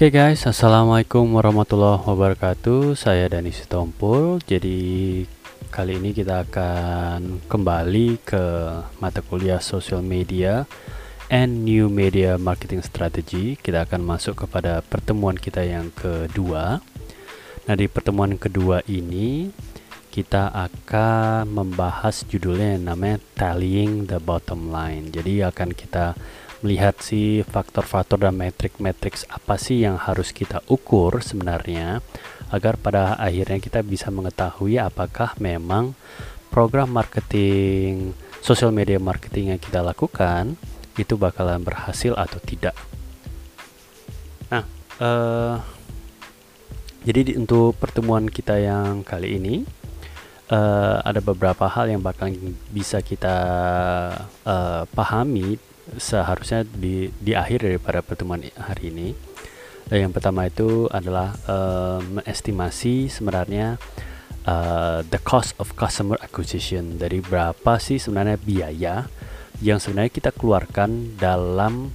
Oke guys, assalamualaikum warahmatullahi wabarakatuh. Saya Dani Sitompul. Jadi kali ini kita akan kembali ke mata kuliah Social Media and New Media Marketing Strategy. Kita akan masuk kepada pertemuan kita yang kedua. Nah, di pertemuan kedua ini kita akan membahas judulnya yang namanya Tallying the Bottom Line. Jadi akan kita melihat sih faktor-faktor dan metrik-metrik apa sih yang harus kita ukur sebenarnya agar pada akhirnya kita bisa mengetahui apakah memang program marketing social media marketing yang kita lakukan itu bakalan berhasil atau tidak. Nah, jadi untuk pertemuan kita yang kali ini ada beberapa hal yang bakal bisa kita pahami seharusnya di akhir daripada pertemuan hari ini. Yang pertama itu adalah mengestimasi sebenarnya the cost of customer acquisition, dari berapa sih sebenarnya biaya yang sebenarnya kita keluarkan dalam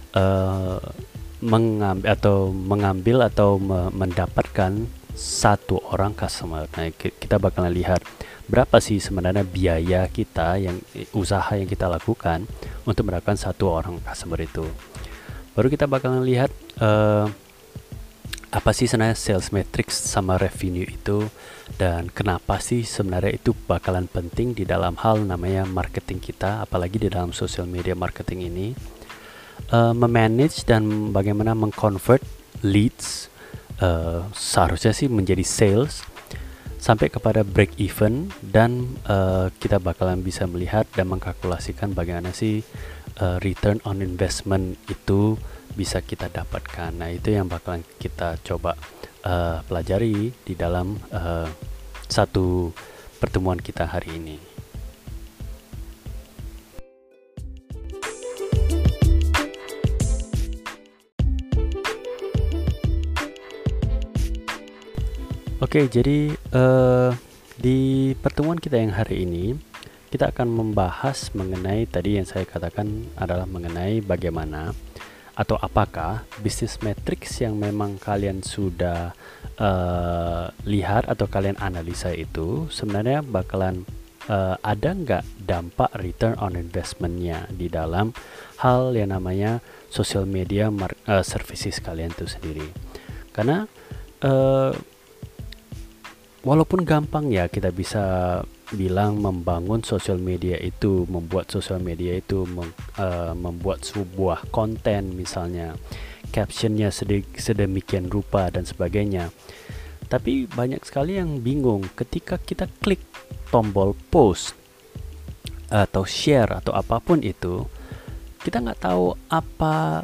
mengambil atau mendapatkan satu orang customer. Nah, kita bakalan lihat berapa sih sebenarnya biaya kita, yang usaha yang kita lakukan untuk mendapatkan satu orang customer itu. Baru kita bakalan lihat apa sih sebenarnya sales metrics sama revenue itu, dan kenapa sih sebenarnya itu bakalan penting di dalam hal namanya marketing kita, apalagi di dalam social media marketing ini. Memanage dan bagaimana mengconvert leads seharusnya sih menjadi sales sampai kepada break even, dan kita bakalan bisa melihat dan mengkalkulasikan bagaimana sih return on investment itu bisa kita dapatkan. Nah, itu yang bakalan kita coba pelajari di dalam satu pertemuan kita hari ini. Oke, jadi di pertemuan kita yang hari ini kita akan membahas mengenai tadi yang saya katakan adalah mengenai bagaimana atau apakah business metrics yang memang kalian sudah lihat atau kalian analisa itu sebenarnya bakalan ada nggak dampak return on investmentnya di dalam hal yang namanya social media services kalian itu sendiri. Karena walaupun gampang ya kita bisa bilang membangun social media itu, membuat social media itu, membuat sebuah konten misalnya, captionnya sedemikian rupa dan sebagainya. Tapi banyak sekali yang bingung ketika kita klik tombol post atau share atau apapun itu, kita nggak tahu apa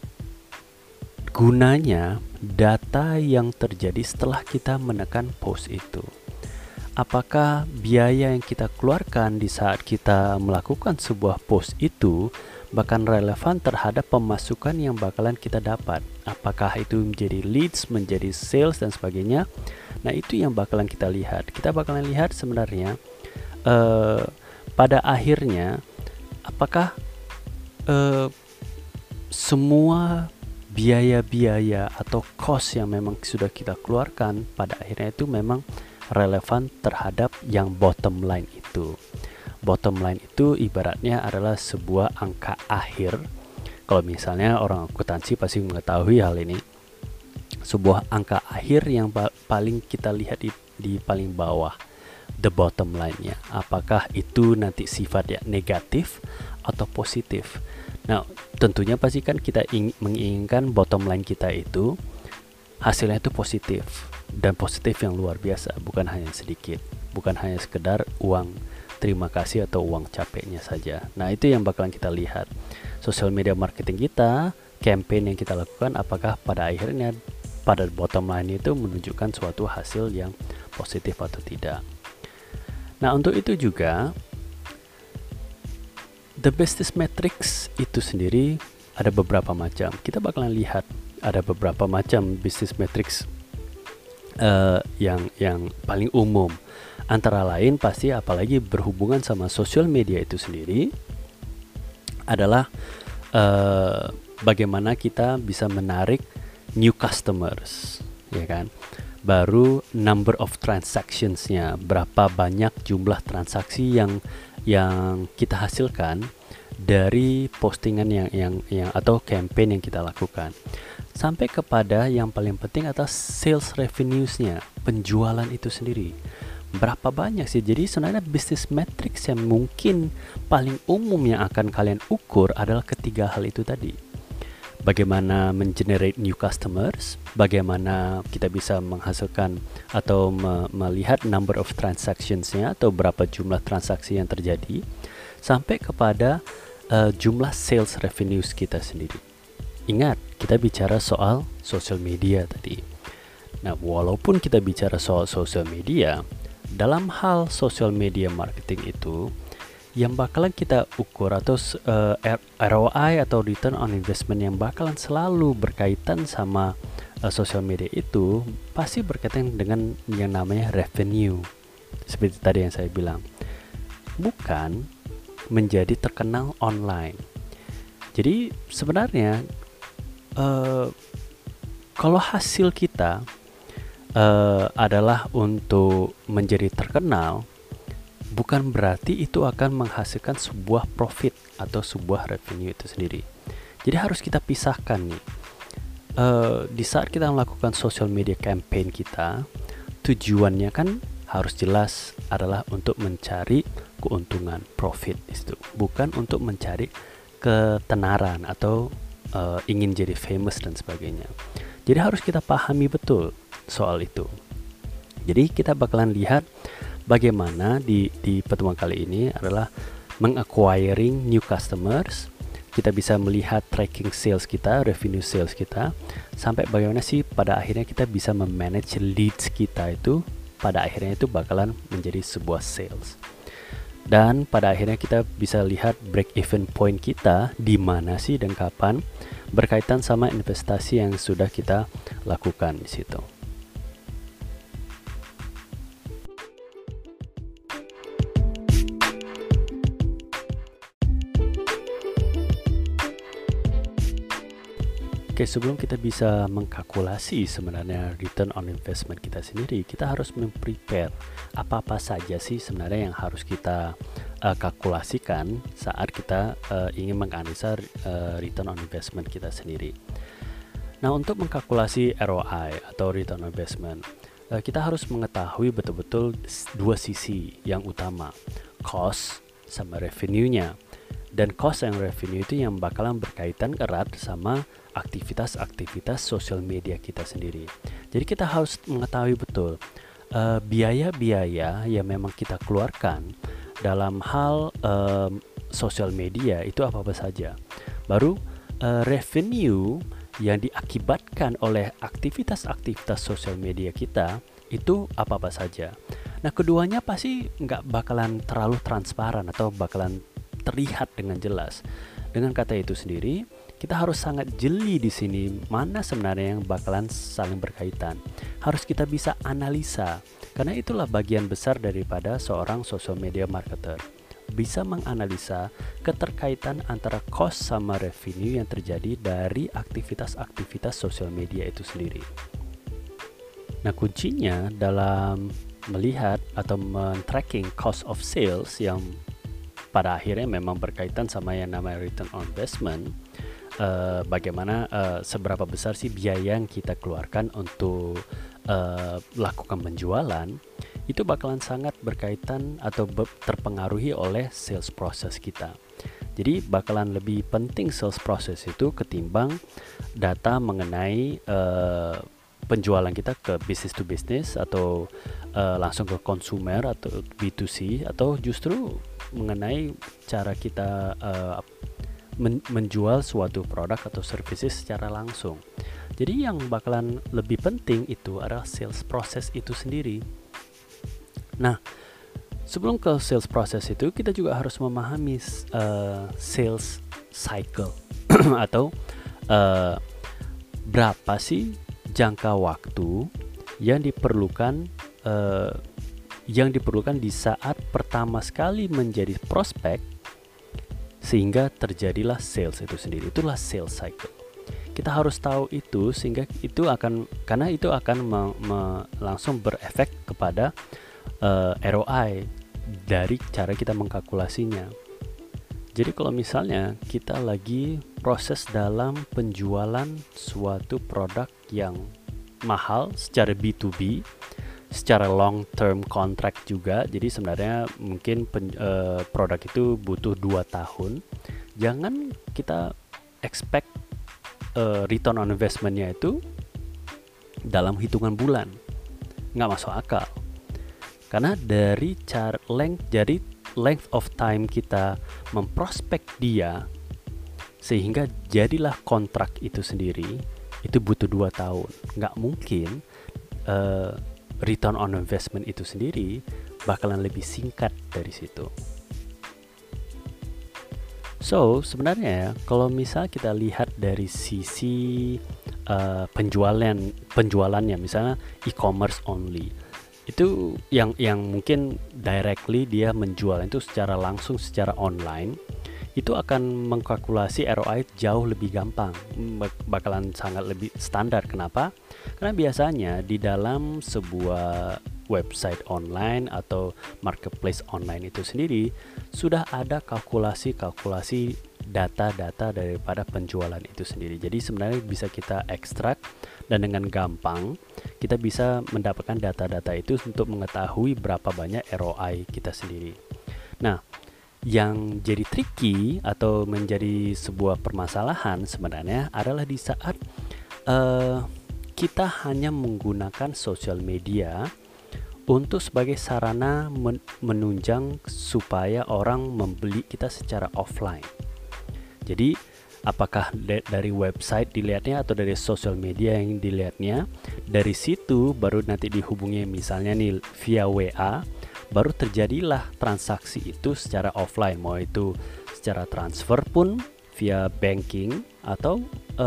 gunanya data yang terjadi setelah kita menekan post itu. Apakah biaya yang kita keluarkan di saat kita melakukan sebuah post itu bahkan relevan terhadap pemasukan yang bakalan kita dapat? Apakah itu menjadi leads, menjadi sales dan sebagainya? Nah, itu yang bakalan kita lihat. Kita bakalan lihat sebenarnya pada akhirnya apakah semua biaya-biaya atau cost yang memang sudah kita keluarkan pada akhirnya itu memang relevan terhadap yang bottom line itu. Bottom line itu ibaratnya adalah sebuah angka akhir. Kalau misalnya orang akuntansi pasti mengetahui hal ini. Sebuah angka akhir yang paling kita lihat di paling bawah, the bottom line-nya. Apakah itu nanti sifatnya negatif atau positif? Nah, tentunya pasti kan kita menginginkan bottom line kita itu hasilnya itu positif, dan positif yang luar biasa, bukan hanya sedikit, bukan hanya sekedar uang terima kasih atau uang capeknya saja. Nah, itu yang bakalan kita lihat. Social media marketing kita, campaign yang kita lakukan, apakah pada akhirnya pada bottom line itu menunjukkan suatu hasil yang positif atau tidak. Nah, untuk itu juga the business metrics itu sendiri ada beberapa macam. Kita bakalan lihat ada beberapa macam business metrics yang paling umum. Antara lain pasti apalagi berhubungan sama social media itu sendiri adalah bagaimana kita bisa menarik new customers, ya kan? Baru number of transactions-nya, berapa banyak jumlah transaksi yang kita hasilkan dari postingan yang atau campaign yang kita lakukan. Sampai kepada yang paling penting adalah sales revenues-nya, penjualan itu sendiri. Berapa banyak sih? Jadi sebenarnya business metrics yang mungkin paling umum yang akan kalian ukur adalah ketiga hal itu tadi. Bagaimana mengenerate new customers, bagaimana kita bisa menghasilkan atau melihat number of transactions-nya atau berapa jumlah transaksi yang terjadi, sampai kepada jumlah sales revenues kita sendiri. Ingat, kita bicara soal social media tadi. Nah, walaupun kita bicara soal social media, dalam hal social media marketing itu, yang bakalan kita ukur atau ROI atau return on investment yang bakalan selalu berkaitan sama social media itu pasti berkaitan dengan yang namanya revenue. Seperti tadi yang saya bilang, bukan menjadi terkenal online. Jadi sebenarnya kalau hasil kita adalah untuk menjadi terkenal, bukan berarti itu akan menghasilkan sebuah profit atau sebuah revenue itu sendiri. Jadi harus kita pisahkan nih. Di saat kita melakukan social media campaign kita, tujuannya kan harus jelas adalah untuk mencari keuntungan, profit itu, bukan untuk mencari ketenaran atau ingin jadi famous dan sebagainya. Jadi harus kita pahami betul soal itu. Jadi kita bakalan lihat bagaimana di pertemuan kali ini adalah meng-acquiring new customers. Kita bisa melihat tracking sales kita, revenue sales kita, sampai bagaimana sih pada akhirnya kita bisa memanage leads kita itu, pada akhirnya itu bakalan menjadi sebuah sales. Dan pada akhirnya kita bisa lihat break even point kita di mana sih dan kapan, berkaitan sama investasi yang sudah kita lakukan di situ. Oke, sebelum kita bisa mengkalkulasi sebenarnya return on investment kita sendiri, kita harus memprepare apa-apa saja sih sebenarnya yang harus kita kalkulasikan saat kita ingin menganalisa return on investment kita sendiri. Nah, untuk mengkalkulasi ROI atau return on investment, kita harus mengetahui betul-betul dua sisi yang utama, cost sama revenue-nya. Dan cost and revenue itu yang bakalan berkaitan erat sama aktivitas-aktivitas sosial media kita sendiri. Jadi kita harus mengetahui betul biaya-biaya yang memang kita keluarkan dalam hal sosial media itu apa-apa saja. Baru revenue yang diakibatkan oleh aktivitas-aktivitas sosial media kita itu apa-apa saja. Nah, keduanya pasti nggak bakalan terlalu transparan atau bakalan terlihat dengan jelas. Dengan kata itu sendiri, kita harus sangat jeli di sini mana sebenarnya yang bakalan saling berkaitan. Harus kita bisa analisa, karena itulah bagian besar daripada seorang social media marketer. Bisa menganalisa keterkaitan antara cost sama revenue yang terjadi dari aktivitas-aktivitas social media itu sendiri. Nah, kuncinya dalam melihat atau men-tracking cost of sales yang pada akhirnya memang berkaitan sama yang namanya return on investment, bagaimana seberapa besar sih biaya yang kita keluarkan untuk lakukan penjualan, itu bakalan sangat berkaitan atau terpengaruhi oleh sales process kita. Jadi bakalan lebih penting sales process itu ketimbang data mengenai penjualan kita ke business to business atau langsung ke konsumer atau B2C, atau justru mengenai cara kita menjual suatu produk atau services secara langsung. Jadi yang bakalan lebih penting itu adalah sales process itu sendiri. Nah, sebelum ke sales process itu, kita juga harus memahami sales cycle atau berapa sih jangka waktu yang diperlukan di saat pertama sekali menjadi prospek sehingga terjadilah sales itu sendiri. Itulah sales cycle. Kita harus tahu itu sehingga karena itu akan langsung berefek kepada ROI dari cara kita mengkalkulasinya. Jadi kalau misalnya kita lagi proses dalam penjualan suatu produk yang mahal secara B2B, secara long term contract juga, jadi sebenarnya mungkin produk itu butuh 2 tahun, jangan kita expect return on investment-nya itu dalam hitungan bulan. Nggak masuk akal. Karena dari length of time kita memprospek dia sehingga jadilah kontrak itu sendiri, itu butuh 2 tahun. Nggak mungkin return on investment itu sendiri bakalan lebih singkat dari situ. So sebenarnya kalau misal kita lihat dari sisi penjualannya, misalnya e-commerce only, itu yang mungkin directly dia menjual itu secara langsung secara online, itu akan mengkalkulasi ROI jauh lebih gampang, bakalan sangat lebih standar. Kenapa? Karena biasanya di dalam sebuah website online atau marketplace online itu sendiri sudah ada kalkulasi data-data daripada penjualan itu sendiri. Jadi sebenarnya bisa kita ekstrak dan dengan gampang kita bisa mendapatkan data-data itu untuk mengetahui berapa banyak ROI kita sendiri. Nah, yang jadi tricky atau menjadi sebuah permasalahan sebenarnya adalah di saat kita hanya menggunakan sosial media untuk sebagai sarana menunjang supaya orang membeli kita secara offline. Jadi apakah dari website dilihatnya atau dari sosial media yang dilihatnya, dari situ baru nanti dihubungi misalnya nih via WA, baru terjadilah transaksi itu secara offline, mau itu secara transfer pun via banking atau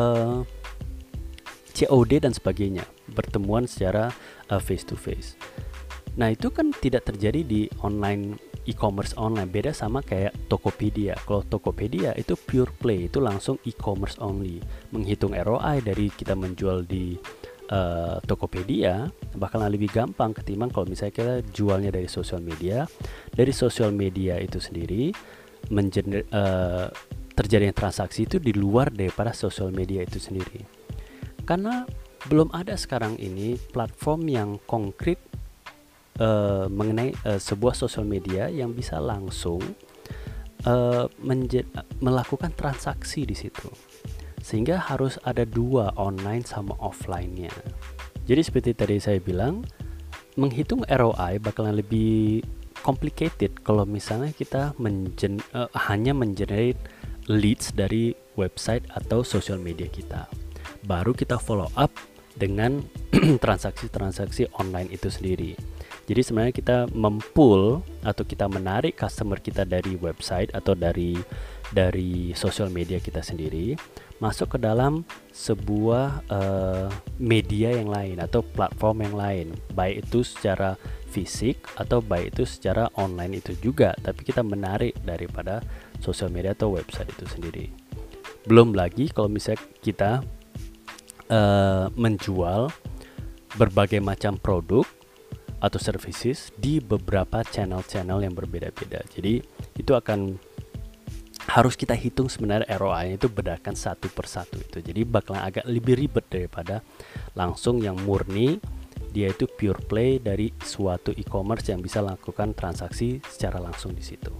COD dan sebagainya, pertemuan secara face to face. Nah itu kan tidak terjadi di online e-commerce online, beda sama kayak Tokopedia. Kalau Tokopedia itu pure play, itu langsung e-commerce only, menghitung ROI dari kita menjual di Tokopedia bakalan lebih gampang ketimbang kalau misalnya kita jualnya dari sosial media. Dari sosial media itu sendiri terjadinya transaksi itu di luar daripada sosial media itu sendiri, karena belum ada sekarang ini platform yang konkret mengenai sebuah sosial media yang bisa langsung melakukan transaksi di situ, sehingga harus ada dua, online sama offline-nya. Jadi seperti tadi saya bilang, menghitung ROI bakalan lebih complicated kalau misalnya kita hanya mengenerate leads dari website atau sosial media kita, baru kita follow up dengan transaksi-transaksi online itu sendiri. Jadi sebenarnya kita mempull atau kita menarik customer kita dari website atau dari sosial media kita sendiri masuk ke dalam sebuah media yang lain atau platform yang lain, baik itu secara fisik atau baik itu secara online itu juga, tapi kita menarik daripada sosial media atau website itu sendiri. Belum lagi kalau misalnya kita menjual berbagai macam produk atau services di beberapa channel-channel yang berbeda-beda. Jadi itu harus kita hitung sebenarnya ROI-nya itu berdasarkan satu persatu itu. Jadi bakalan agak lebih ribet daripada langsung yang murni dia itu pure play dari suatu e-commerce yang bisa lakukan transaksi secara langsung di situ.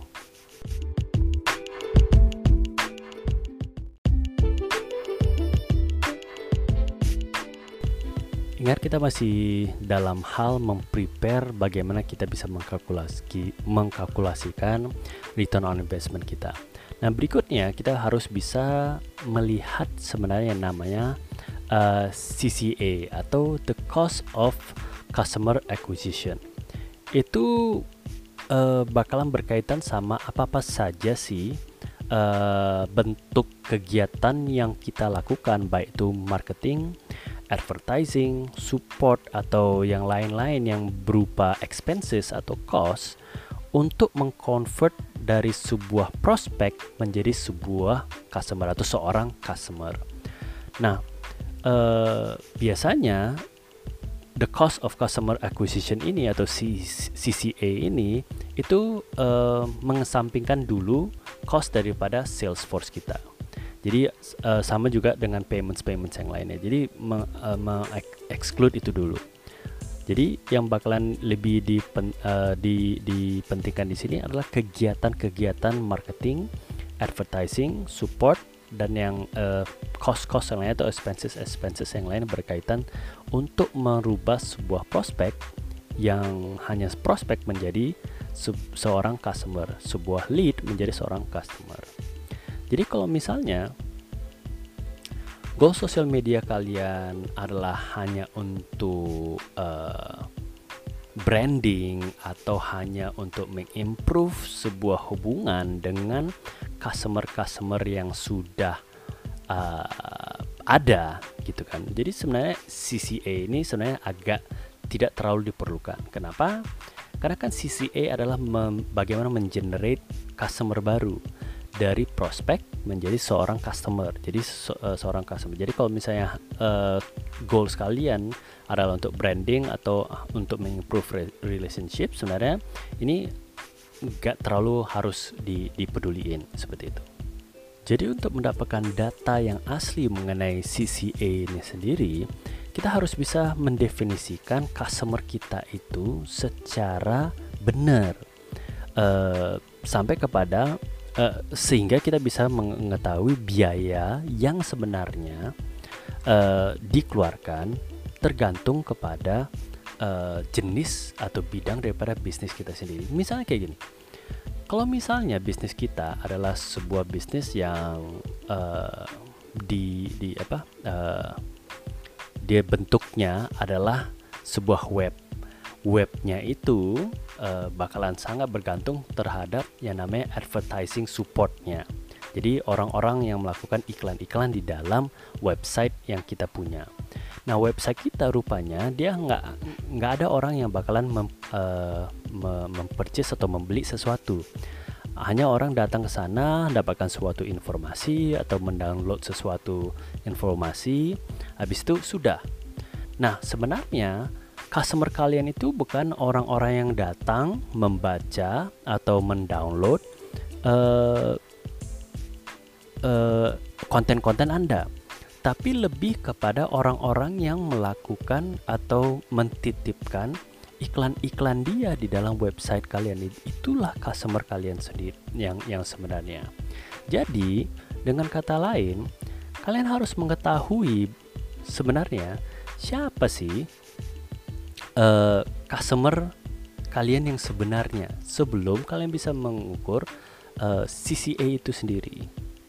Ingat, kita masih dalam hal memprepare bagaimana kita bisa mengkalkulasikan return on investment kita. Nah berikutnya kita harus bisa melihat sebenarnya yang namanya CCA atau the cost of customer acquisition. Itu bakalan berkaitan sama apa saja sih bentuk kegiatan yang kita lakukan, baik itu marketing, advertising, support, atau yang lain-lain yang berupa expenses atau cost untuk mengconvert dari sebuah prospek menjadi sebuah customer atau seorang customer. Nah, biasanya the cost of customer acquisition ini atau CCA ini itu mengesampingkan dulu cost daripada sales force kita. Jadi sama juga dengan payments yang lainnya. Jadi exclude itu dulu. Jadi yang bakalan lebih dipentingkan di sini adalah kegiatan-kegiatan marketing, advertising, support, dan yang cost-cost yang lain atau expenses yang lain berkaitan untuk merubah sebuah prospek yang hanya prospek menjadi seorang customer, sebuah lead menjadi seorang customer. Jadi kalau misalnya goal sosial media kalian adalah hanya untuk branding atau hanya untuk mengimprove sebuah hubungan dengan customer yang sudah ada gitu kan. Jadi sebenarnya CCA ini sebenarnya agak tidak terlalu diperlukan. Kenapa? Karena kan CCA adalah bagaimana mengenerate customer baru dari prospek menjadi seorang customer. Jadi seorang customer. Jadi kalau misalnya goals kalian adalah untuk branding atau untuk mengimprove relationship, sebenarnya ini nggak terlalu harus dipeduliin seperti itu. Jadi untuk mendapatkan data yang asli mengenai CCA ini sendiri, kita harus bisa mendefinisikan customer kita itu secara benar, sampai kepada sehingga kita bisa mengetahui biaya yang sebenarnya dikeluarkan tergantung kepada jenis atau bidang daripada bisnis kita sendiri. Misalnya kayak gini, kalau misalnya bisnis kita adalah sebuah bisnis yang dia bentuknya adalah sebuah webnya itu bakalan sangat bergantung terhadap yang namanya advertising supportnya. Jadi orang-orang yang melakukan iklan-iklan di dalam website yang kita punya. Nah, website kita rupanya dia nggak ada orang yang bakalan mempurchase atau membeli sesuatu. Hanya orang datang ke sana, dapatkan suatu informasi atau mendownload sesuatu informasi, habis itu sudah. Nah, sebenarnya customer kalian itu bukan orang-orang yang datang membaca atau mendownload konten-konten Anda, tapi lebih kepada orang-orang yang melakukan atau mentitipkan iklan-iklan dia di dalam website kalian. Itulah customer kalian sendiri yang sebenarnya. Jadi dengan kata lain, kalian harus mengetahui sebenarnya siapa sih customer kalian yang sebenarnya sebelum kalian bisa mengukur CCA itu sendiri.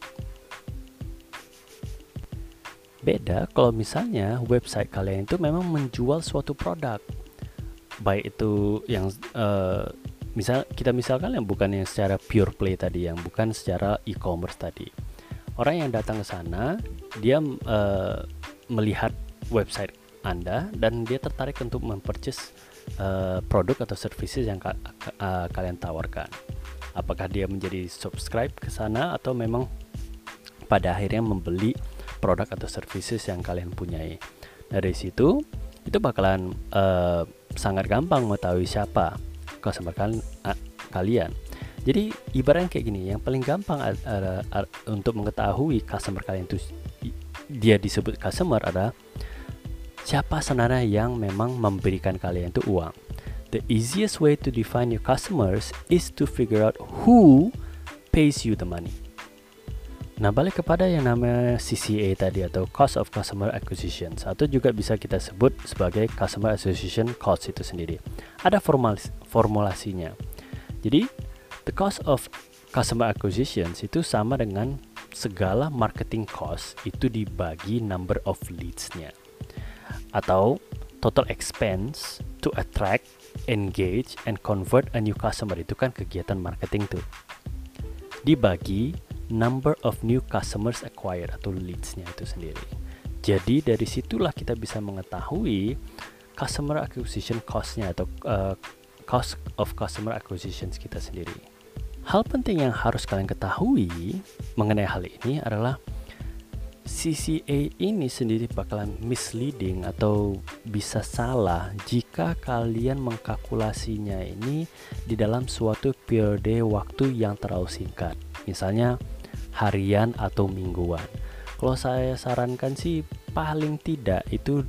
Beda kalau misalnya website kalian itu memang menjual suatu produk, baik itu yang misalkan yang bukan yang secara pure play tadi, yang bukan secara e-commerce tadi. Orang yang datang ke sana dia melihat website Anda dan dia tertarik untuk mempurchase produk atau services yang kalian tawarkan. Apakah dia menjadi subscribe ke sana atau memang pada akhirnya membeli produk atau services yang kalian punyai. Dari situ itu bakalan sangat gampang mengetahui siapa customer kalian. Jadi ibaratnya kayak gini, yang paling gampang untuk mengetahui customer kalian itu dia disebut customer adalah siapa sebenarnya yang memang memberikan kalian itu uang. The easiest way to define your customers is to figure out who pays you the money. Nah, balik kepada yang namanya CCA tadi atau Cost of Customer Acquisition, atau juga bisa kita sebut sebagai Customer Acquisition Cost itu sendiri. Ada formulasinya. Jadi, the cost of customer acquisition itu sama dengan segala marketing cost itu dibagi number of leads-nya. Atau total expense to attract, engage, and convert a new customer, itu kan kegiatan marketing tuh. Dibagi number of new customers acquired atau leads-nya itu sendiri. Jadi dari situlah kita bisa mengetahui customer acquisition cost-nya atau cost of customer acquisition kita sendiri. Hal penting yang harus kalian ketahui mengenai hal ini adalah CCA ini sendiri bakalan misleading atau bisa salah jika kalian mengkalkulasinya ini di dalam suatu periode waktu yang terlalu singkat, misalnya harian atau mingguan. Kalau saya sarankan sih paling tidak itu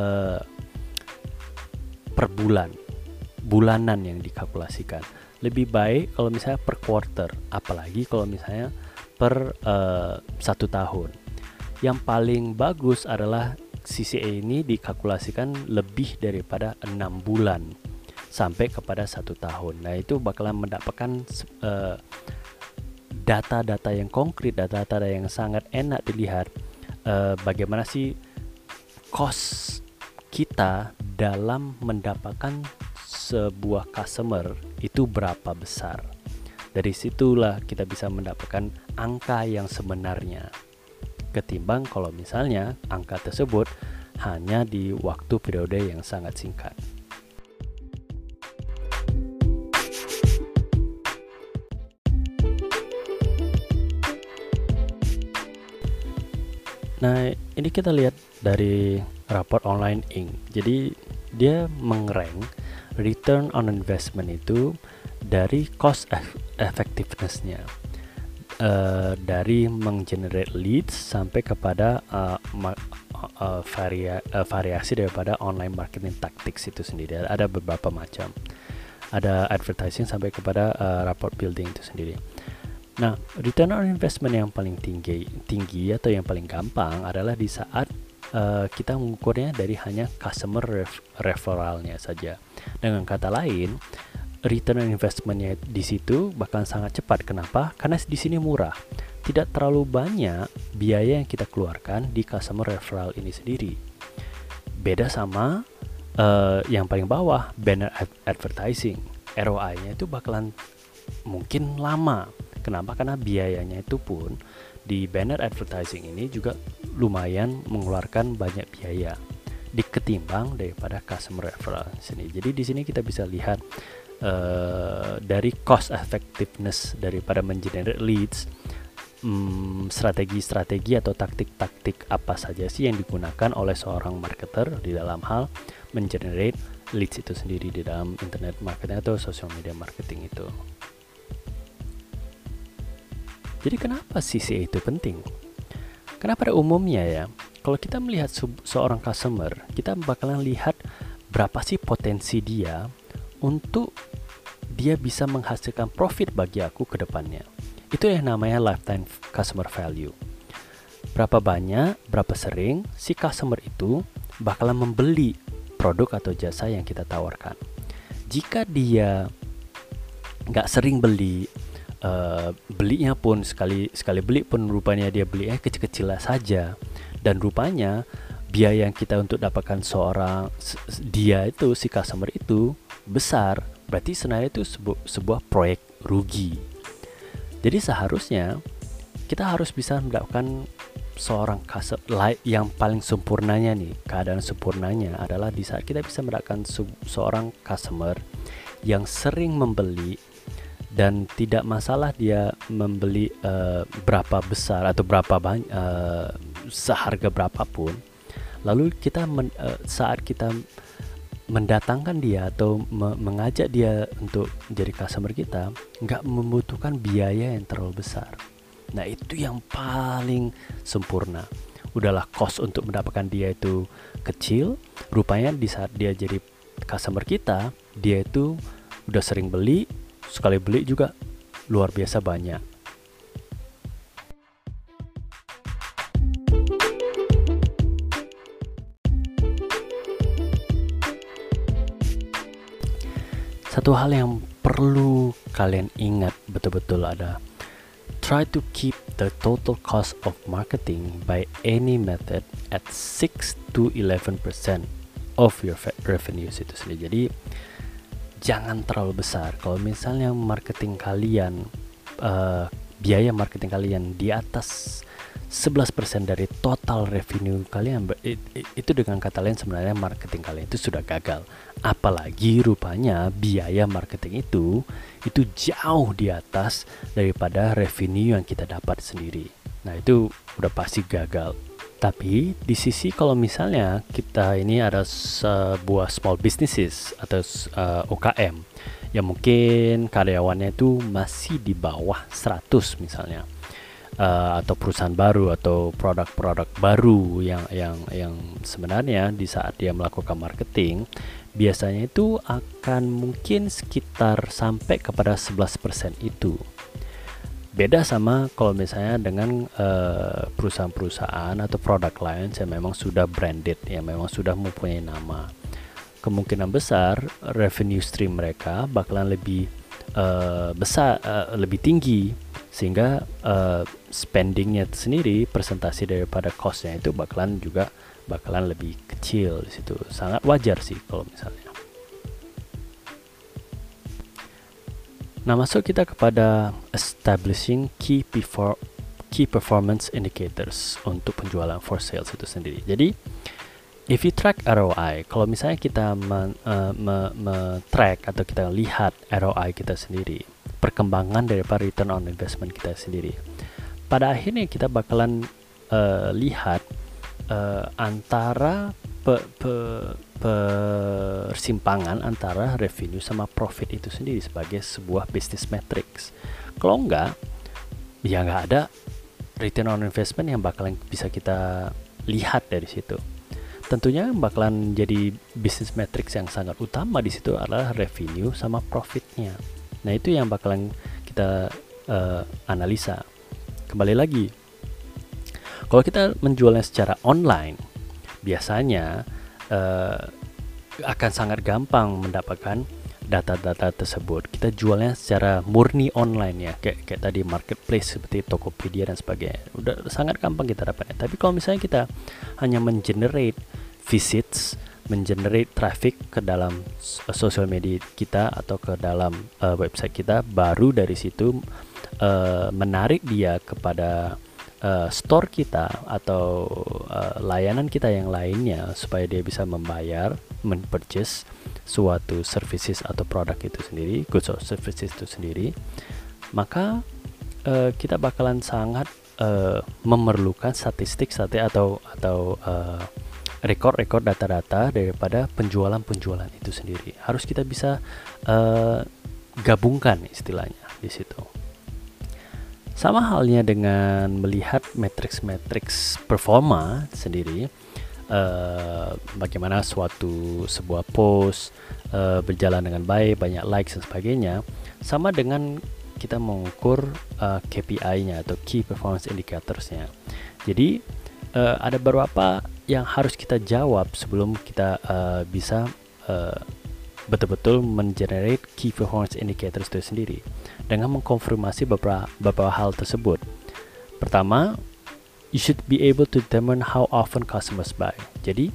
per bulanan yang dikalkulasikan. Lebih baik kalau misalnya per quarter, apalagi kalau misalnya per 1 tahun. Yang paling bagus adalah CCA ini dikalkulasikan lebih daripada 6 bulan sampai kepada 1 tahun. Nah, itu bakalan mendapatkan data-data yang konkret, data-data yang sangat enak dilihat bagaimana sih cost kita dalam mendapatkan sebuah customer itu berapa besar. Dari situlah kita bisa mendapatkan angka yang sebenarnya, ketimbang kalau misalnya angka tersebut hanya di waktu periode yang sangat singkat. Nah, ini kita lihat dari raport Online Inc. Jadi dia mengrank return on investment itu dari cost effectiveness-nya, dari menggenerate leads sampai kepada variasi daripada online marketing tactics itu sendiri. Ada beberapa macam, ada advertising sampai kepada rapport building itu sendiri. Nah, return on investment yang paling tinggi atau yang paling gampang adalah di saat kita mengukurnya dari hanya customer referralnya saja. Dengan kata lain, return on investmentnya di situ bahkan sangat cepat. Kenapa? Karena di sini murah. Tidak terlalu banyak biaya yang kita keluarkan di customer referral ini sendiri. Beda sama yang paling bawah, banner advertising. ROI-nya itu bakalan mungkin lama. Kenapa? Karena biayanya itu pun di banner advertising ini juga lumayan mengeluarkan banyak biaya diketimbang daripada customer referral sini. Jadi di sini kita bisa lihat dari cost effectiveness daripada mengenerate leads, strategi-strategi atau taktik-taktik apa saja sih yang digunakan oleh seorang marketer di dalam hal mengenerate leads itu sendiri di dalam internet marketing atau social media marketing itu. Jadi kenapa CCA itu penting? Karena pada umumnya ya, kalau kita melihat seorang customer, kita bakalan lihat berapa sih potensi dia untuk dia bisa menghasilkan profit bagi aku ke depannya. Itu yang namanya lifetime customer value. Berapa banyak, berapa sering si customer itu bakalan membeli produk atau jasa yang kita tawarkan. Jika dia nggak sering beli, belinya pun sekali beli pun rupanya dia belinya kecil-kecil saja, dan rupanya biaya yang kita untuk dapatkan si customer itu besar, berarti sebenarnya itu sebuah proyek rugi. Jadi seharusnya kita harus bisa mendapatkan seorang customer yang paling sempurnanya nih. Keadaan sempurnanya adalah di saat kita bisa mendapatkan seorang customer yang sering membeli dan tidak masalah dia membeli berapa besar atau berapa banyak, seharga berapapun. Lalu kita saat kita mendatangkan dia atau mengajak dia untuk jadi customer kita, nggak membutuhkan biaya yang terlalu besar. Nah, itu yang paling sempurna. Udahlah cost untuk mendapatkan dia itu kecil, rupanya di saat dia jadi customer kita, dia itu udah sering beli, sekali beli juga luar biasa banyak. Satu hal yang perlu kalian ingat betul-betul ada, try to keep the total cost of marketing by any method at 6 to 11% of your revenues itu sendiri. Jadi jangan terlalu besar. Kalau misalnya marketing kalian, biaya marketing kalian di atas 11% dari total revenue kalian, itu dengan kata lain sebenarnya marketing kalian itu sudah gagal. Apalagi rupanya biaya marketing itu jauh di atas daripada revenue yang kita dapat sendiri. Nah itu udah pasti gagal. Tapi di sisi kalau misalnya kita ini ada sebuah small businesses atau UKM yang mungkin karyawannya itu masih di bawah 100 misalnya, atau perusahaan baru atau produk-produk baru yang sebenarnya di saat dia melakukan marketing biasanya itu akan mungkin sekitar sampai kepada 11% itu. Beda sama kalau misalnya dengan perusahaan-perusahaan atau produk lain yang memang sudah branded, yang memang sudah mempunyai nama. Kemungkinan besar revenue stream mereka bakalan lebih besar, lebih tinggi, sehingga spendingnya sendiri, presentasi daripada costnya itu bakalan lebih kecil di situ. Sangat wajar sih kalau misalnya. Nah, masuk kita kepada establishing key performance indicators untuk penjualan for sales itu sendiri. Jadi, if you track ROI, kalau misalnya kita track atau kita lihat ROI kita sendiri, perkembangan daripada return on investment kita sendiri, pada akhirnya kita bakalan lihat antara persimpangan antara revenue sama profit itu sendiri sebagai sebuah business metrics. Kalau enggak, ya nggak ada return on investment yang bakalan bisa kita lihat dari situ. Tentunya bakalan jadi business metrics yang sangat utama di situ adalah revenue sama profitnya. Nah itu yang bakalan kita analisa. Kembali lagi, kalau kita menjualnya secara online, biasanya akan sangat gampang mendapatkan data-data tersebut. Kita jualnya secara murni online ya, kayak tadi marketplace seperti Tokopedia dan sebagainya. Udah sangat gampang kita dapatnya. Tapi kalau misalnya kita hanya mengenerate visits, mengenerate traffic ke dalam social media kita atau ke dalam website kita, baru dari situ menarik dia kepada store kita atau layanan kita yang lainnya supaya dia bisa membayar, men-purchase suatu services atau produk itu sendiri, goods or services itu sendiri, maka kita bakalan sangat memerlukan statistik atau rekor-rekor data-data daripada penjualan itu sendiri. Harus kita bisa gabungkan istilahnya di situ. Sama halnya dengan melihat matriks performa sendiri, bagaimana sebuah post berjalan dengan baik, banyak likes dan sebagainya, sama dengan kita mengukur KPI-nya atau Key Performance Indicators-nya. Jadi ada beberapa yang harus kita jawab sebelum kita bisa betul-betul mengenerate Key Performance Indicators itu sendiri dengan mengkonfirmasi beberapa hal tersebut. Pertama, you should be able to determine how often customers buy. Jadi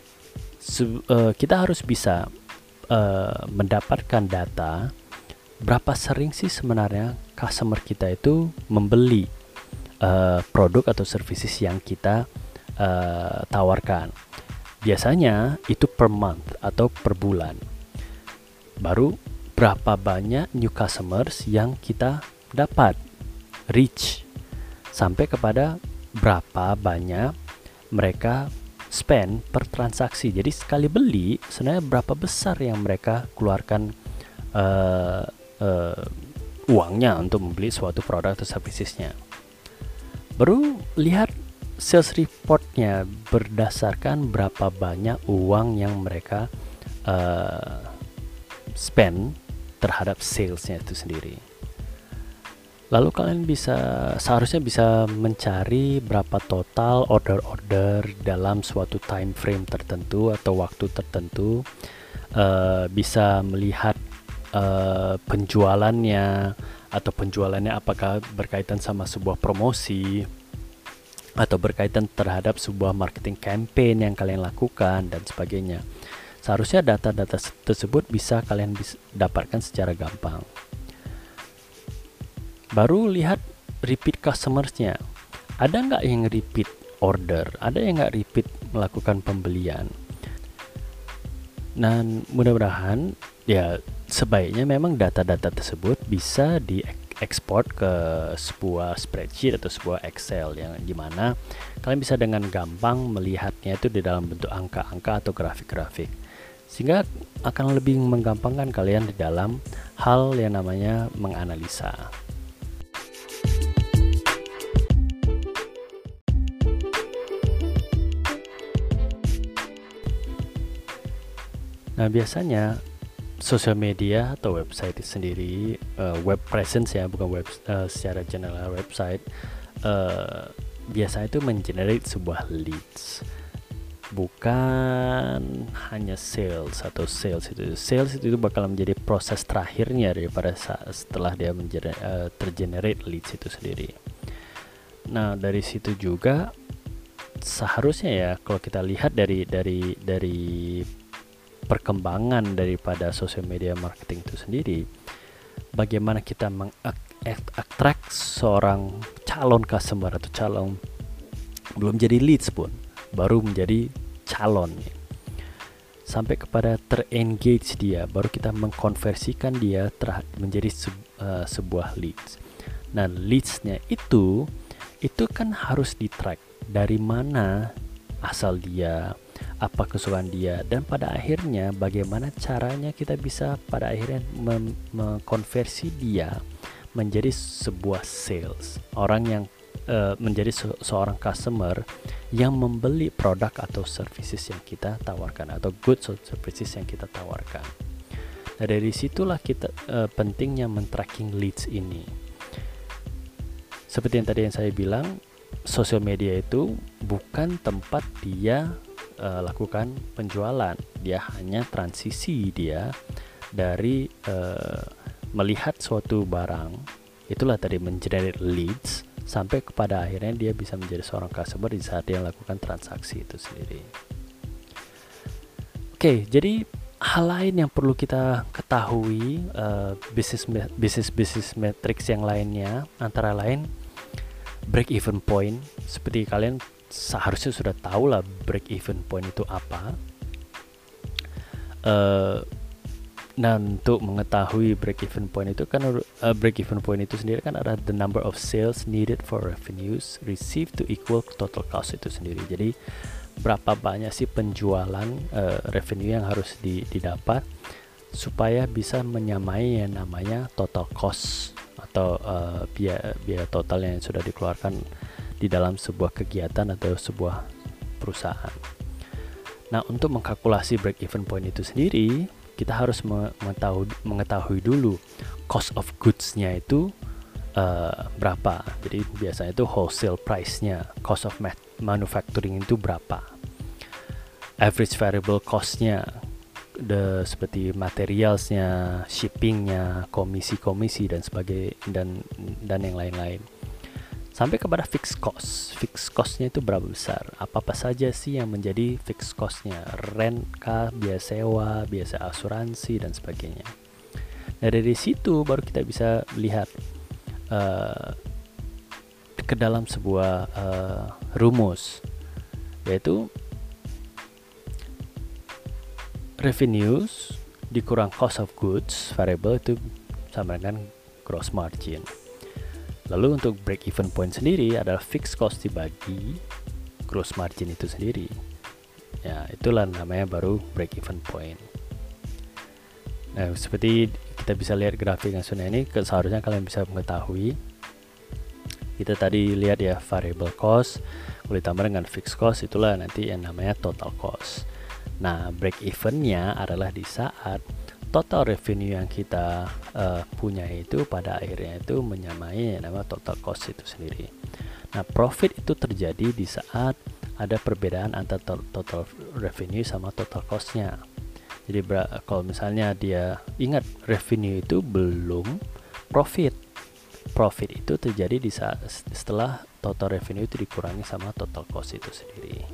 kita harus bisa mendapatkan data berapa sering sih sebenarnya customer kita itu membeli produk atau services yang kita tawarkan. Biasanya itu per month atau per bulan. Baru berapa banyak new customers yang kita dapat reach, sampai kepada berapa banyak mereka spend per transaksi. Jadi sekali beli sebenarnya berapa besar yang mereka keluarkan uangnya untuk membeli suatu produk atau servicesnya. Baru lihat sales reportnya berdasarkan berapa banyak uang yang mereka spend terhadap salesnya itu sendiri. Lalu kalian seharusnya bisa mencari berapa total order dalam suatu time frame tertentu atau waktu tertentu, bisa melihat penjualannya apakah berkaitan sama sebuah promosi atau berkaitan terhadap sebuah marketing campaign yang kalian lakukan dan sebagainya. Seharusnya data-data tersebut bisa kalian dapatkan secara gampang. Baru lihat repeat customersnya. Ada nggak yang repeat order? Ada yang nggak repeat melakukan pembelian? Dan mudah-mudahan ya sebaiknya memang data-data tersebut bisa ekspor ke sebuah spreadsheet atau sebuah Excel yang dimana kalian bisa dengan gampang melihatnya itu di dalam bentuk angka-angka atau grafik-grafik, sehingga akan lebih menggampangkan kalian di dalam hal yang namanya menganalisa. Nah, biasanya sosial media atau website itu sendiri, web presence ya, bukan web secara general website, biasa itu mengenerate sebuah leads, bukan hanya sales atau sales itu bakal menjadi proses terakhirnya daripada setelah dia tergenerate leads itu sendiri. Nah, dari situ juga seharusnya ya, kalau kita lihat dari perkembangan daripada social media marketing itu sendiri, bagaimana kita mengattract seorang calon customer atau calon belum jadi leads pun, baru menjadi calon, sampai kepada terengage dia, baru kita mengkonversikan dia menjadi sebuah leads. Nah, leadsnya itu kan harus di-track dari mana asal dia, apa kesukaan dia, dan pada akhirnya bagaimana caranya kita bisa pada akhirnya mengkonversi dia menjadi sebuah sales, orang yang menjadi seorang customer yang membeli produk atau services yang kita tawarkan, atau goods atau services yang kita tawarkan. Nah, dari situlah kita pentingnya men-tracking leads ini. Seperti yang tadi yang saya bilang, sosial media itu bukan tempat dia lakukan penjualan, dia hanya transisi dia dari melihat suatu barang, itulah tadi mengenerate leads, sampai kepada akhirnya dia bisa menjadi seorang customer di saat dia lakukan transaksi itu sendiri. Oke, jadi hal lain yang perlu kita ketahui, business metrics yang lainnya, antara lain break even point. Seperti kalian seharusnya sudah tahu lah break even point itu apa. Nah, untuk mengetahui break even point itu kan break even point itu sendiri kan ada the number of sales needed for revenues received to equal total cost itu sendiri. Jadi berapa banyak sih penjualan revenue yang harus didapat supaya bisa menyamai yang namanya total cost atau biaya total yang sudah dikeluarkan di dalam sebuah kegiatan atau sebuah perusahaan. Nah, untuk mengkalkulasi break even point itu sendiri, kita harus mengetahui dulu cost of goods-nya itu berapa. Jadi biasanya itu wholesale price-nya, cost of manufacturing itu berapa, average variable cost-nya, seperti materialsnya, shippingnya, komisi dan sebagainya, dan yang lain-lain, sampai kepada fixed cost. Fixed cost-nya itu berapa besar, apa saja sih yang menjadi fixed cost-nya, rent kah, biaya sewa, biaya asuransi dan sebagainya. Nah, dari situ baru kita bisa lihat ke dalam sebuah rumus, yaitu revenues dikurang cost of goods variable itu sama dengan gross margin. Lalu untuk break even point sendiri adalah fixed cost dibagi gross margin itu sendiri. Ya, itulah namanya baru break even point. Nah, seperti kita bisa lihat grafik yang sudah ini, seharusnya kalian bisa mengetahui. Kita tadi lihat ya, variable cost kalau ditambah dengan fixed cost, itulah nanti yang namanya total cost. Nah, break even-nya adalah di saat total revenue yang kita punya itu pada akhirnya itu menyamai yang namanya total cost itu sendiri. Nah, profit itu terjadi di saat ada perbedaan antara total revenue sama total cost-nya. Jadi kalau misalnya dia ingat revenue itu belum profit. Profit itu terjadi di saat setelah total revenue itu dikurangi sama total cost itu sendiri.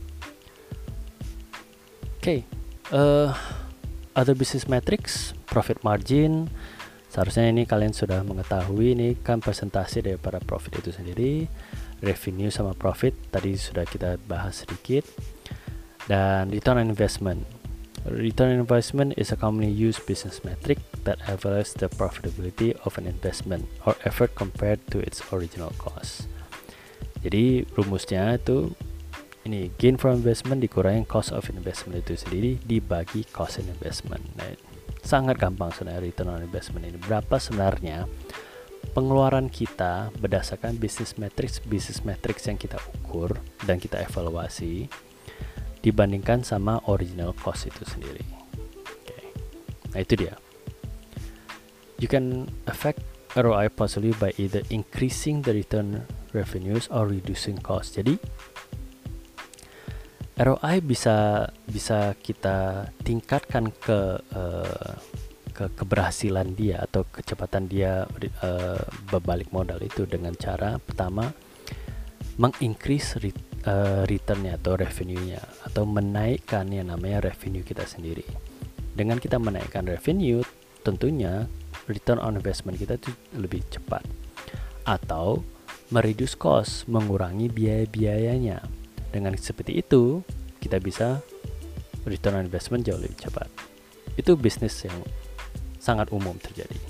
Oke, other business metrics, profit margin. Seharusnya ini kalian sudah mengetahui, ini kan presentasi daripada profit itu sendiri. Revenue sama profit tadi sudah kita bahas sedikit. Dan return on investment. Return on investment is a commonly used business metric that evaluates the profitability of an investment or effort compared to its original cost. Jadi rumusnya itu ini, gain from investment dikurangi cost of investment itu sendiri dibagi cost in investment. Nah, sangat gampang sebenarnya return on investment ini. Berapa sebenarnya pengeluaran kita berdasarkan business metrics yang kita ukur dan kita evaluasi dibandingkan sama original cost itu sendiri. Okay. Nah itu dia. You can affect ROI positively by either increasing the return revenues or reducing cost. Jadi ROI bisa kita tingkatkan ke keberhasilan dia atau kecepatan dia berbalik modal itu dengan cara pertama mengincrease returnnya atau revenue-nya atau menaikkan yang namanya revenue kita sendiri. Dengan kita menaikkan revenue, tentunya return on investment kita itu lebih cepat. Atau mereduce cost, mengurangi biaya-biayanya. Dengan seperti itu, kita bisa return on investment jauh lebih cepat. Itu bisnis yang sangat umum terjadi.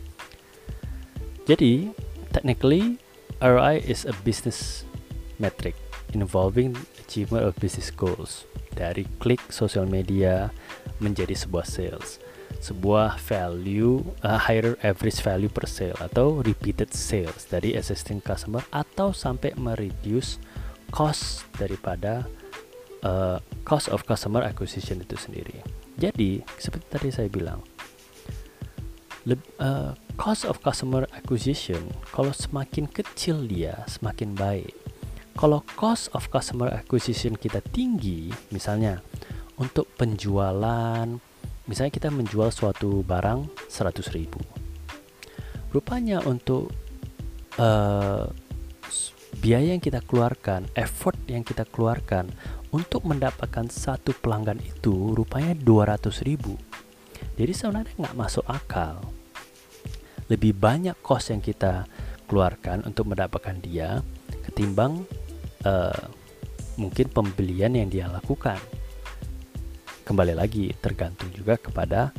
Jadi, technically ROI is a business metric involving achievement of business goals, dari klik sosial media menjadi sebuah sales, sebuah value, higher average value per sale atau repeated sales dari existing customer, atau sampai mereduce cost daripada cost of customer acquisition itu sendiri. Jadi seperti tadi saya bilang, cost of customer acquisition kalau semakin kecil dia semakin baik. Kalau cost of customer acquisition kita tinggi, misalnya untuk penjualan, misalnya kita menjual suatu barang 100.000, rupanya untuk biaya yang kita keluarkan, effort yang kita keluarkan untuk mendapatkan satu pelanggan itu rupanya 200.000. Jadi sebenarnya nggak masuk akal. Lebih banyak cost yang kita keluarkan untuk mendapatkan dia ketimbang mungkin pembelian yang dia lakukan. Kembali lagi tergantung juga kepada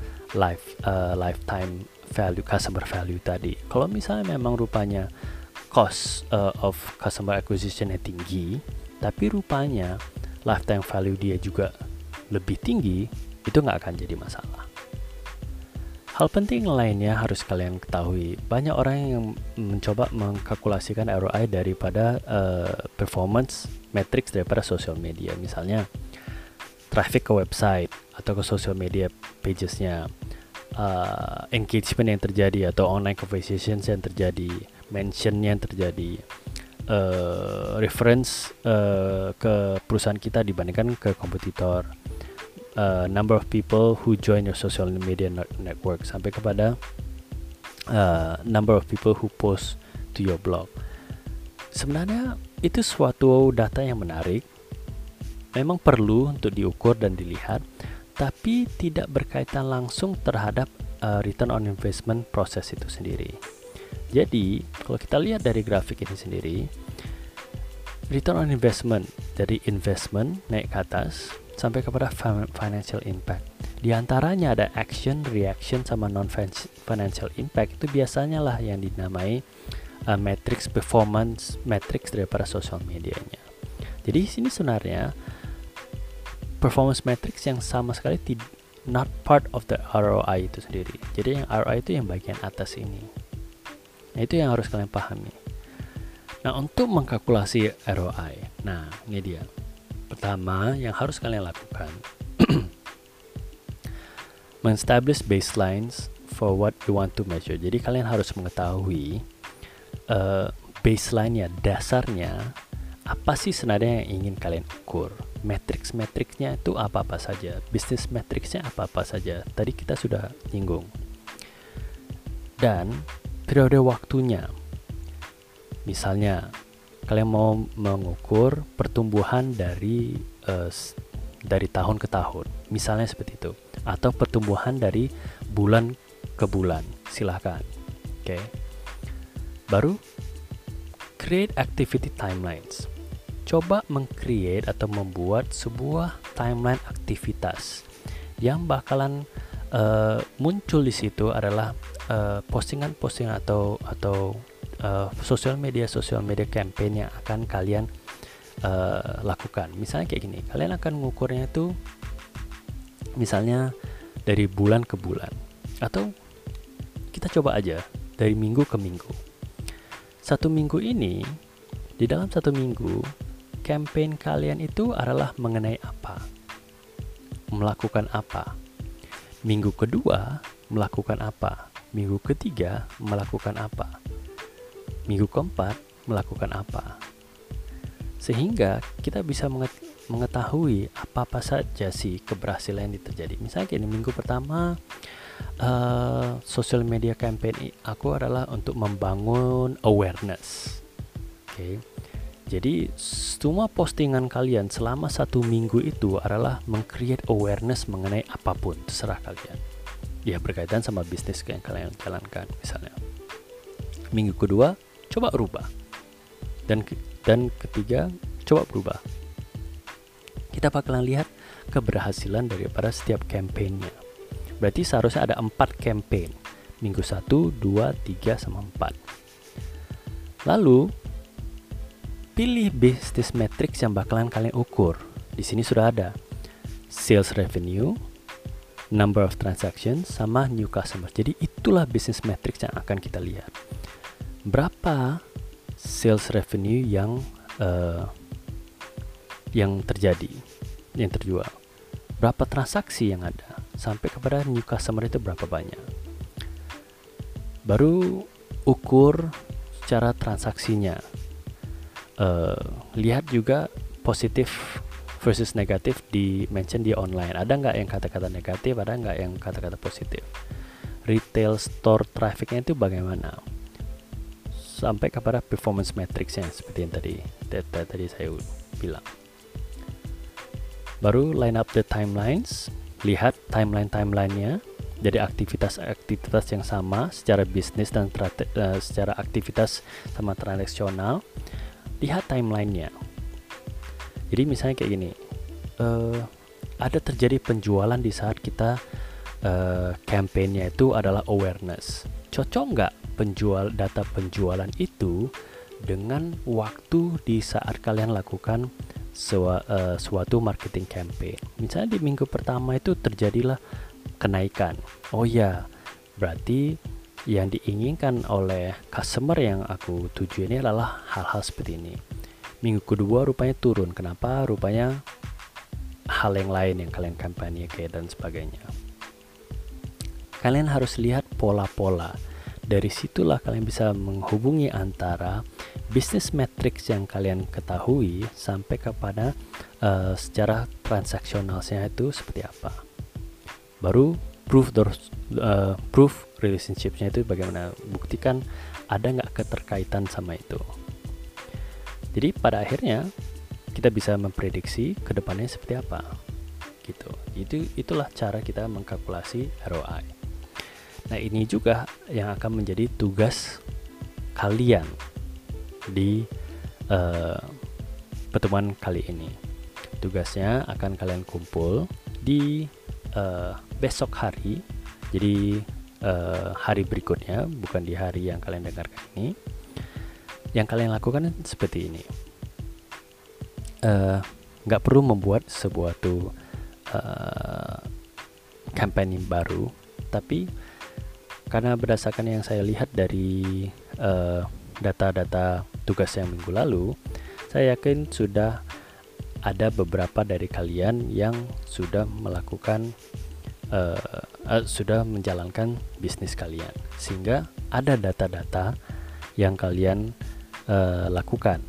lifetime value, customer value tadi. Kalau misalnya memang rupanya cost of customer acquisition tinggi, tapi rupanya lifetime value dia juga lebih tinggi, itu nggak akan jadi masalah. Hal penting lainnya harus kalian ketahui, banyak orang yang mencoba mengkalkulasikan ROI daripada performance metrics daripada social media. Misalnya traffic ke website atau ke social media pagesnya, engagement yang terjadi atau online conversations yang terjadi, mention yang terjadi, reference ke perusahaan kita dibandingkan ke kompetitor, number of people who join your social media network, sampai kepada number of people who post to your blog. Sebenarnya itu suatu data yang menarik, memang perlu untuk diukur dan dilihat, tapi tidak berkaitan langsung terhadap return on investment proses itu sendiri. Jadi kalau kita lihat dari grafik ini sendiri, return on investment dari investment naik ke atas sampai kepada financial impact. Di antaranya ada action, reaction, sama non-financial impact. Itu biasanya lah yang dinamai matrix performance matrix daripada social medianya. Jadi di sini sebenarnya performance matrix yang sama sekali not part of the ROI itu sendiri. Jadi yang ROI itu yang bagian atas ini. Nah itu yang harus kalian pahami. Nah untuk mengkalkulasi ROI, nah ini dia. Pertama yang harus kalian lakukan men-establish baselines for what you want to measure. Jadi kalian harus mengetahui baseline-nya, dasarnya apa sih sebenarnya yang ingin kalian ukur. Matrix-matrixnya itu apa-apa saja, business matrixnya apa-apa saja. Tadi kita sudah nyinggung. Dan periode waktunya. Misalnya kalian mau mengukur pertumbuhan dari tahun ke tahun, misalnya seperti itu, atau pertumbuhan dari bulan ke bulan, silahkan. Oke. Baru create activity timelines. Coba meng-create atau membuat sebuah timeline aktivitas Yang bakalan muncul di situ adalah postingan-postingan atau sosial media campaign yang akan kalian lakukan. Misalnya kayak gini, kalian akan mengukurnya itu misalnya dari bulan ke bulan, atau kita coba aja dari minggu ke minggu. Satu minggu ini, di dalam satu minggu, campaign kalian itu adalah mengenai apa, melakukan apa. Minggu kedua melakukan apa, minggu ketiga melakukan apa, minggu keempat melakukan apa, sehingga kita bisa mengetahui apa saja sih keberhasilan yang terjadi. Misalnya ini minggu pertama social media campaign aku adalah untuk membangun awareness. Oke. Jadi semua postingan kalian selama satu minggu itu adalah meng-create awareness mengenai apapun, terserah kalian. Ya berkaitan sama bisnis yang kalian jalankan misalnya. Minggu kedua coba rubah, dan ketiga coba berubah. Kita bakalan lihat keberhasilan daripada setiap campaignnya. Berarti seharusnya ada 4 campaign, minggu 1, 2, 3, sama 4. Lalu pilih business metrics yang bakalan kalian ukur. Di sini sudah ada sales revenue, number of transactions, sama new customers. Jadi itulah business metrics yang akan kita lihat. Berapa sales revenue yang terjadi, yang terjual, berapa transaksi yang ada, sampai kepada new customer itu berapa banyak. Baru ukur secara transaksinya. Lihat juga positif versus negatif di mention di online. Ada nggak yang kata-kata negatif, ada nggak yang kata-kata positif. Retail store trafficnya itu bagaimana, sampai kepada performance metricsnya seperti yang tadi saya bilang. Baru line up the timelines, lihat timeline-nya. Jadi aktivitas yang sama secara bisnis dan secara aktivitas sama transaksional. Lihat timelinenya. Jadi misalnya kayak gini, ada terjadi penjualan di saat kita campaignnya itu adalah awareness. Cocok nggak data penjualan itu dengan waktu di saat kalian lakukan suatu marketing campaign? Misalnya di minggu pertama itu terjadilah kenaikan. Oh ya, berarti yang diinginkan oleh customer yang aku tuju ini adalah hal-hal seperti ini. Minggu kedua rupanya turun. Kenapa? Rupanya hal yang lain yang kalian kampanye kayak dan sebagainya. Kalian harus lihat pola-pola. Dari situlah kalian bisa menghubungi antara business metrics yang kalian ketahui sampai kepada secara transaksionalnya itu seperti apa. Baru proof relationshipnya itu bagaimana, buktikan ada nggak keterkaitan sama itu. Jadi pada akhirnya kita bisa memprediksi kedepannya seperti apa gitu. Itulah cara kita mengkalkulasi ROI. Nah ini juga yang akan menjadi tugas kalian di pertemuan kali ini. Tugasnya akan kalian kumpul di besok hari. Jadi hari berikutnya, bukan di hari yang kalian dengarkan ini. Yang kalian lakukan seperti ini. Nggak perlu membuat sebuah kampanye baru, tapi karena berdasarkan yang saya lihat dari data-data tugas yang minggu lalu, saya yakin sudah ada beberapa dari kalian yang sudah melakukan sudah menjalankan bisnis kalian, sehingga ada data-data yang kalian lakukan,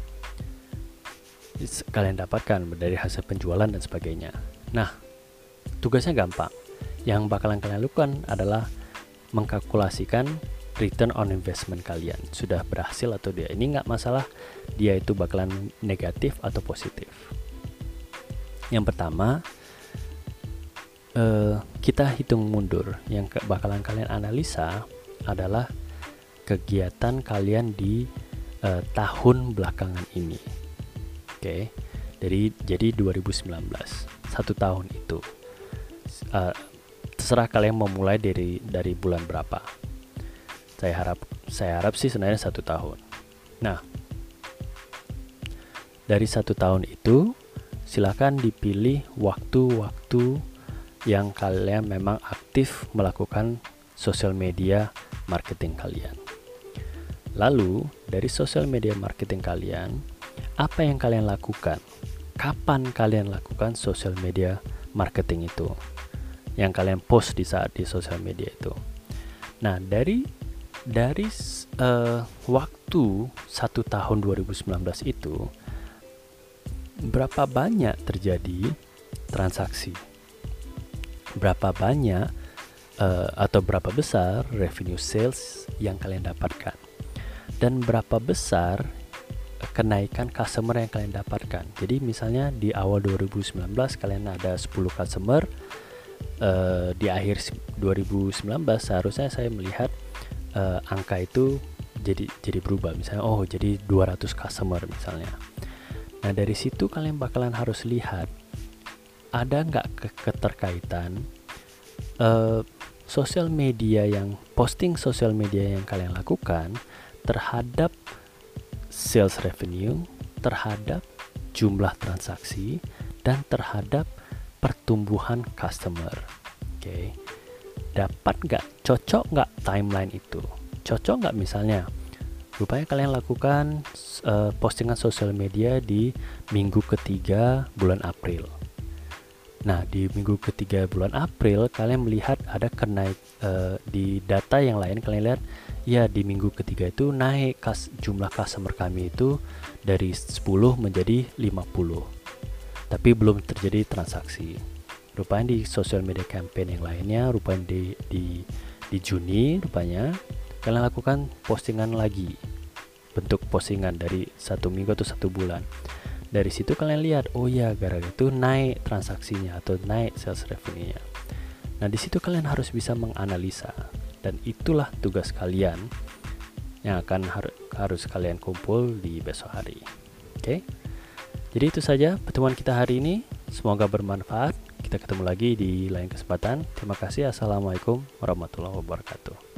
kalian dapatkan dari hasil penjualan dan sebagainya. Nah, tugasnya gampang. Yang bakalan kalian lakukan adalah mengkalkulasikan return on investment kalian, sudah berhasil atau dia. Ini nggak masalah dia itu bakalan negatif atau positif. Yang pertama, kita hitung mundur. Yang bakalan kalian analisa adalah kegiatan kalian di tahun belakangan ini. Oke. Jadi 2019, 1 tahun itu. Terserah kalian mau mulai dari bulan berapa. Saya harap sih sebenarnya 1 tahun. Nah, dari 1 tahun itu silakan dipilih waktu-waktu yang kalian memang aktif melakukan sosial media marketing kalian. Lalu dari sosial media marketing kalian, apa yang kalian lakukan? Kapan kalian lakukan sosial media marketing itu? Yang kalian post di saat di sosial media itu. Nah, dari waktu 1 tahun 2019 itu, berapa banyak terjadi transaksi? Berapa banyak atau berapa besar revenue sales yang kalian dapatkan? Dan berapa besar kenaikan customer yang kalian dapatkan? Jadi misalnya di awal 2019 kalian ada 10 customer, di akhir 2019 seharusnya saya melihat angka itu jadi berubah, misalnya jadi 200 customer misalnya. Nah, dari situ kalian bakalan harus lihat ada nggak keterkaitan sosial media posting sosial media yang kalian lakukan terhadap sales revenue, terhadap jumlah transaksi, dan terhadap pertumbuhan customer. Oke. Dapat nggak, cocok nggak timeline itu? Cocok nggak misalnya rupanya kalian lakukan postingan sosial media di minggu ketiga bulan April. Nah, di minggu ketiga bulan April kalian melihat ada di data yang lain kalian lihat ya di minggu ketiga itu naik jumlah customer kami itu dari 10 menjadi 50. Tapi belum terjadi transaksi. Rupanya di social media campaign yang lainnya, rupanya di Juni rupanya kalian lakukan postingan lagi, bentuk postingan dari 1 minggu atau 1 bulan. Dari situ kalian lihat, oh ya, gara-gara itu naik transaksinya atau naik sales revenue-nya. Nah, di situ kalian harus bisa menganalisa, dan itulah tugas kalian yang akan harus kalian kumpul di besok hari. Oke? Jadi itu saja pertemuan kita hari ini. Semoga bermanfaat. Kita ketemu lagi di lain kesempatan. Terima kasih. Assalamualaikum warahmatullahi wabarakatuh.